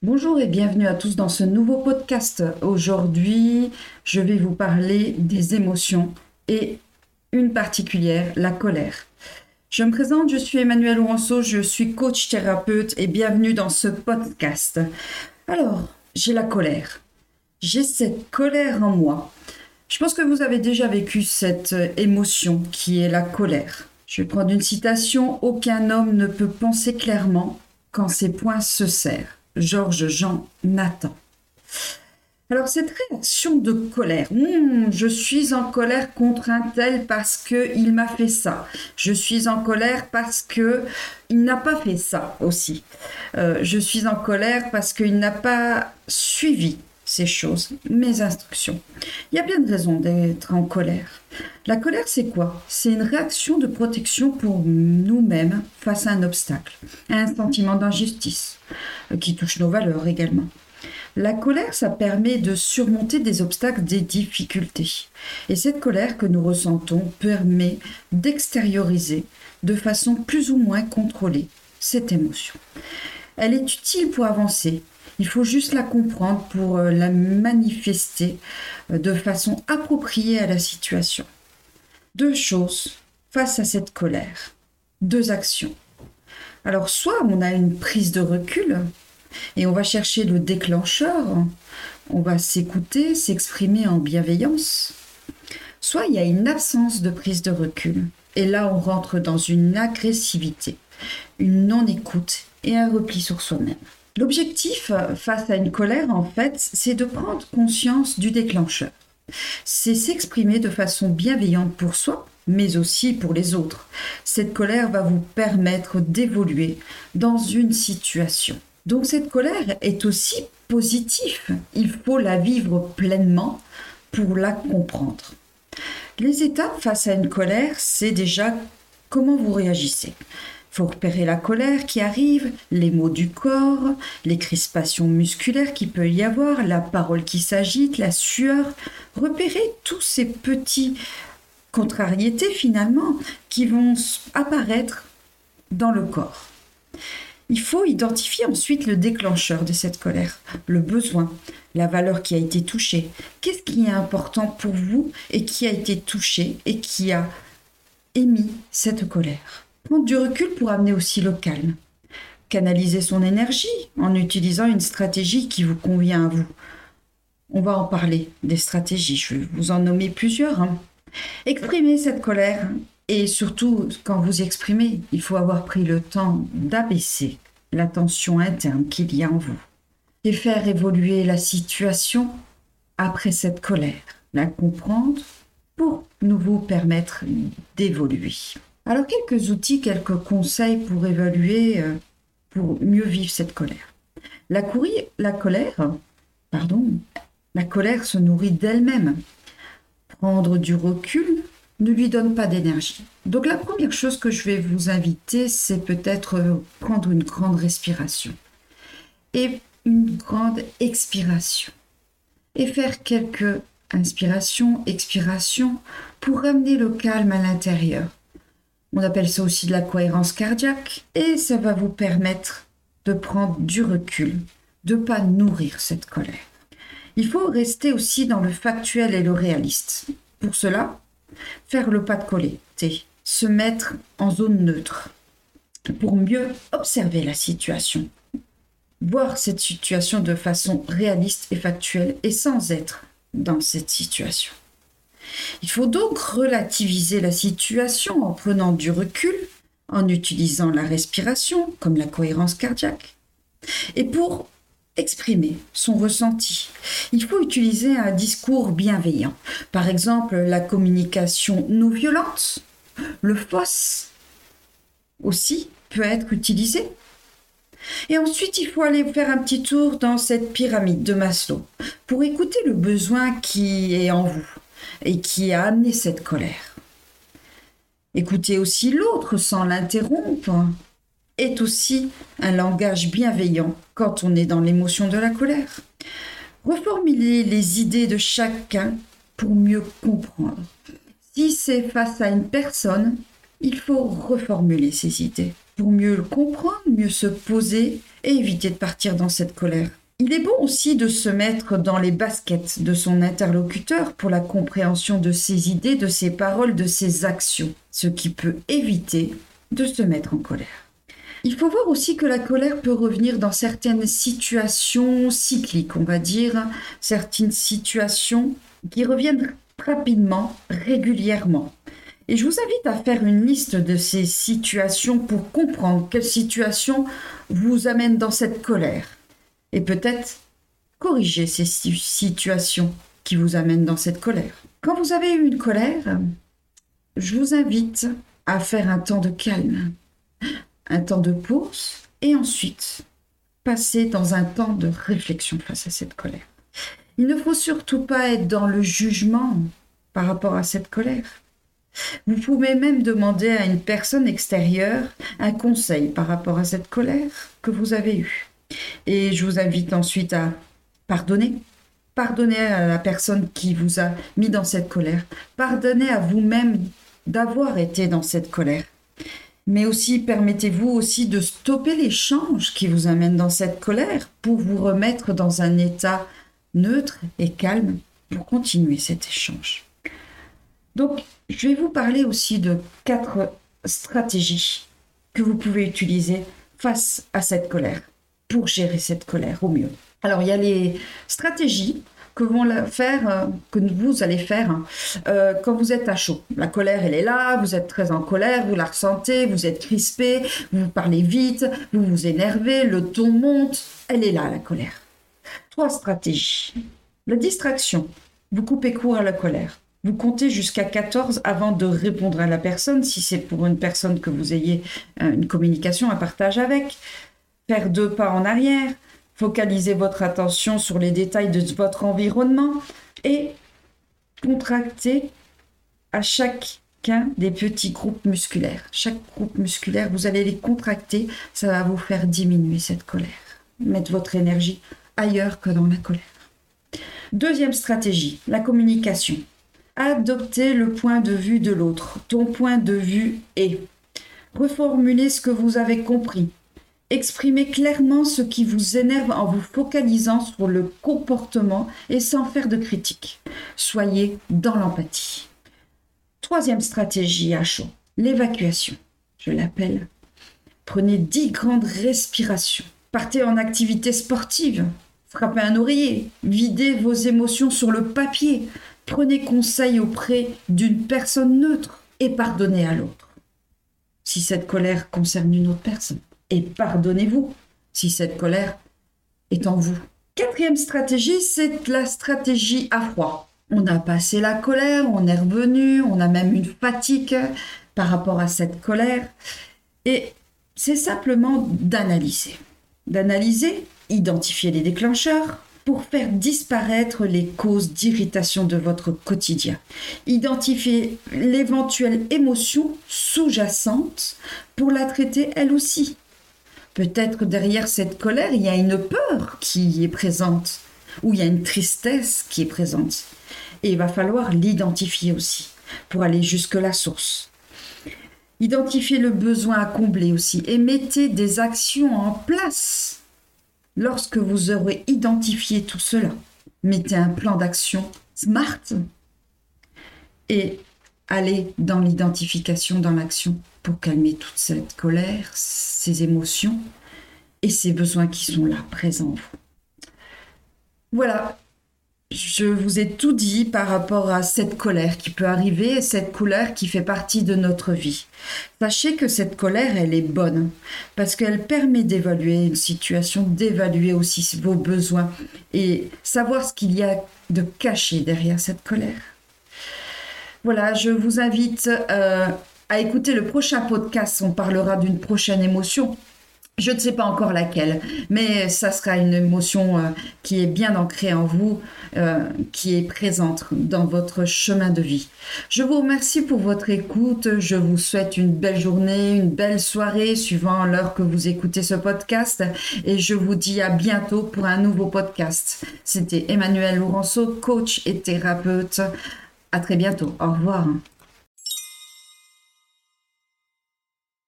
Bonjour et bienvenue à tous dans ce nouveau podcast. Aujourd'hui, je vais vous parler des émotions et une particulière, la colère. Je me présente, je suis Emmanuelle Ourenceau, je suis coach thérapeute et bienvenue dans ce podcast. Alors, j'ai la colère. J'ai cette colère en moi. Je pense que vous avez déjà vécu cette émotion qui est la colère. Je vais prendre une citation. Aucun homme ne peut penser clairement quand ses poings se serrent. Georges Jean Nathan. Alors cette réaction de colère, je suis en colère contre un tel parce qu'il m'a fait ça. Je suis en colère parce qu'il n'a pas fait ça aussi. Je suis en colère parce qu'il n'a pas suivi ces choses, mes instructions. Il y a bien de raisons d'être en colère. La colère, c'est quoi? C'est une réaction de protection pour nous-mêmes face à un obstacle, à un sentiment d'injustice qui touche nos valeurs également. La colère, ça permet de surmonter des obstacles, des difficultés. Et cette colère que nous ressentons permet d'extérioriser de façon plus ou moins contrôlée cette émotion. Elle est utile pour avancer. Il faut juste la comprendre pour la manifester de façon appropriée à la situation. Deux choses face à cette colère. Deux actions. Alors soit on a une prise de recul et on va chercher le déclencheur, on va s'écouter, s'exprimer en bienveillance. Soit il y a une absence de prise de recul et là on rentre dans une agressivité, une non-écoute et un repli sur soi-même. L'objectif face à une colère, en fait, c'est de prendre conscience du déclencheur. C'est s'exprimer de façon bienveillante pour soi, mais aussi pour les autres. Cette colère va vous permettre d'évoluer dans une situation. Donc cette colère est aussi positive. Il faut la vivre pleinement pour la comprendre. Les étapes face à une colère, c'est déjà comment vous réagissez. Il faut repérer la colère qui arrive, les maux du corps, les crispations musculaires qu'il peut y avoir, la parole qui s'agite, la sueur. Repérer tous ces petits contrariétés finalement qui vont apparaître dans le corps. Il faut identifier ensuite le déclencheur de cette colère, le besoin, la valeur qui a été touchée. Qu'est-ce qui est important pour vous et qui a été touché et qui a émis cette colère? Prendre du recul pour amener aussi le calme. Canaliser son énergie en utilisant une stratégie qui vous convient à vous. On va en parler des stratégies, je vais vous en nommer plusieurs. Exprimer cette colère et surtout quand vous exprimez, il faut avoir pris le temps d'abaisser la tension interne qu'il y a en vous et faire évoluer la situation après cette colère, la comprendre pour nous permettre d'évoluer. Alors, quelques outils, quelques conseils pour évaluer, pour mieux vivre cette colère. La colère se nourrit d'elle-même. Prendre du recul ne lui donne pas d'énergie. Donc, la première chose que je vais vous inviter, c'est peut-être prendre une grande respiration et une grande expiration. Et faire quelques inspirations, expirations pour ramener le calme à l'intérieur. On appelle ça aussi de la cohérence cardiaque et ça va vous permettre de prendre du recul, de ne pas nourrir cette colère. Il faut rester aussi dans le factuel et le réaliste. Pour cela, faire le pas de côté, se mettre en zone neutre pour mieux observer la situation. Voir cette situation de façon réaliste et factuelle et sans être dans cette situation. Il faut donc relativiser la situation en prenant du recul, en utilisant la respiration comme la cohérence cardiaque. Et pour exprimer son ressenti, il faut utiliser un discours bienveillant. Par exemple, la communication non violente, le FOSS aussi peut être utilisé. Et ensuite, il faut aller faire un petit tour dans cette pyramide de Maslow pour écouter le besoin qui est en vous et qui a amené cette colère. Écouter aussi l'autre sans l'interrompre est aussi un langage bienveillant quand on est dans l'émotion de la colère. Reformuler les idées de chacun pour mieux comprendre. Si c'est face à une personne, il faut reformuler ses idées pour mieux le comprendre, mieux se poser et éviter de partir dans cette colère. Il est bon aussi de se mettre dans les baskets de son interlocuteur pour la compréhension de ses idées, de ses paroles, de ses actions, ce qui peut éviter de se mettre en colère. Il faut voir aussi que la colère peut revenir dans certaines situations cycliques, on va dire, certaines situations qui reviennent rapidement, régulièrement. Et je vous invite à faire une liste de ces situations pour comprendre quelle situation vous amène dans cette colère. Et peut-être corriger ces situations qui vous amènent dans cette colère. Quand vous avez eu une colère, je vous invite à faire un temps de calme, un temps de pause et ensuite passer dans un temps de réflexion face à cette colère. Il ne faut surtout pas être dans le jugement par rapport à cette colère. Vous pouvez même demander à une personne extérieure un conseil par rapport à cette colère que vous avez eue. Et je vous invite ensuite à pardonner. Pardonnez à la personne qui vous a mis dans cette colère. Pardonnez à vous-même d'avoir été dans cette colère. Mais aussi, permettez-vous aussi de stopper l'échange qui vous amène dans cette colère pour vous remettre dans un état neutre et calme pour continuer cet échange. Donc, je vais vous parler aussi de 4 stratégies que vous pouvez utiliser face à cette colère pour gérer cette colère au mieux. Alors, il y a les stratégies que vous allez faire quand vous êtes à chaud. La colère, elle est là, vous êtes très en colère, vous la ressentez, vous êtes crispé, vous parlez vite, vous vous énervez, le ton monte, elle est là, la colère. 3 stratégies. La distraction. Vous coupez court à la colère. Vous comptez jusqu'à 14 avant de répondre à la personne, si c'est pour une personne que vous ayez une communication, un partage avec. Faire 2 pas en arrière. Focalisez votre attention sur les détails de votre environnement et contractez à chacun des petits groupes musculaires. Chaque groupe musculaire, vous allez les contracter, ça va vous faire diminuer cette colère. Mettre votre énergie ailleurs que dans la colère. 2e stratégie, la communication. Adoptez le point de vue de l'autre. Ton point de vue est. Reformulez ce que vous avez compris. Exprimez clairement ce qui vous énerve en vous focalisant sur le comportement et sans faire de critique. Soyez dans l'empathie. 3e stratégie à chaud, l'évacuation. Je l'appelle. Prenez 10 grandes respirations. Partez en activité sportive. Frappez un oreiller. Videz vos émotions sur le papier. Prenez conseil auprès d'une personne neutre et pardonnez à l'autre. Si cette colère concerne une autre personne. Et pardonnez-vous si cette colère est en vous. 4e stratégie, c'est la stratégie à froid. On a passé la colère, on est revenu, on a même une fatigue par rapport à cette colère. Et c'est simplement d'analyser. D'analyser, identifier les déclencheurs pour faire disparaître les causes d'irritation de votre quotidien. Identifier l'éventuelle émotion sous-jacente pour la traiter elle aussi. Peut-être derrière cette colère, il y a une peur qui est présente, ou il y a une tristesse qui est présente. Et il va falloir l'identifier aussi, pour aller jusque la source. Identifiez le besoin à combler aussi, et mettez des actions en place. Lorsque vous aurez identifié tout cela, mettez un plan d'action SMART et allez dans l'identification, dans l'action, pour calmer toute cette colère, ces émotions et ces besoins qui sont là, présents en vous. Voilà, je vous ai tout dit par rapport à cette colère qui peut arriver et cette colère qui fait partie de notre vie. Sachez que cette colère, elle est bonne parce qu'elle permet d'évaluer une situation, d'évaluer aussi vos besoins et savoir ce qu'il y a de caché derrière cette colère. Voilà, je vous invite à écouter le prochain podcast. On parlera d'une prochaine émotion. Je ne sais pas encore laquelle, mais ça sera une émotion qui est bien ancrée en vous, qui est présente dans votre chemin de vie. Je vous remercie pour votre écoute. Je vous souhaite une belle journée, une belle soirée, suivant l'heure que vous écoutez ce podcast. Et je vous dis à bientôt pour un nouveau podcast. C'était Emmanuelle Lourenço, coach et thérapeute. À très bientôt. Au revoir.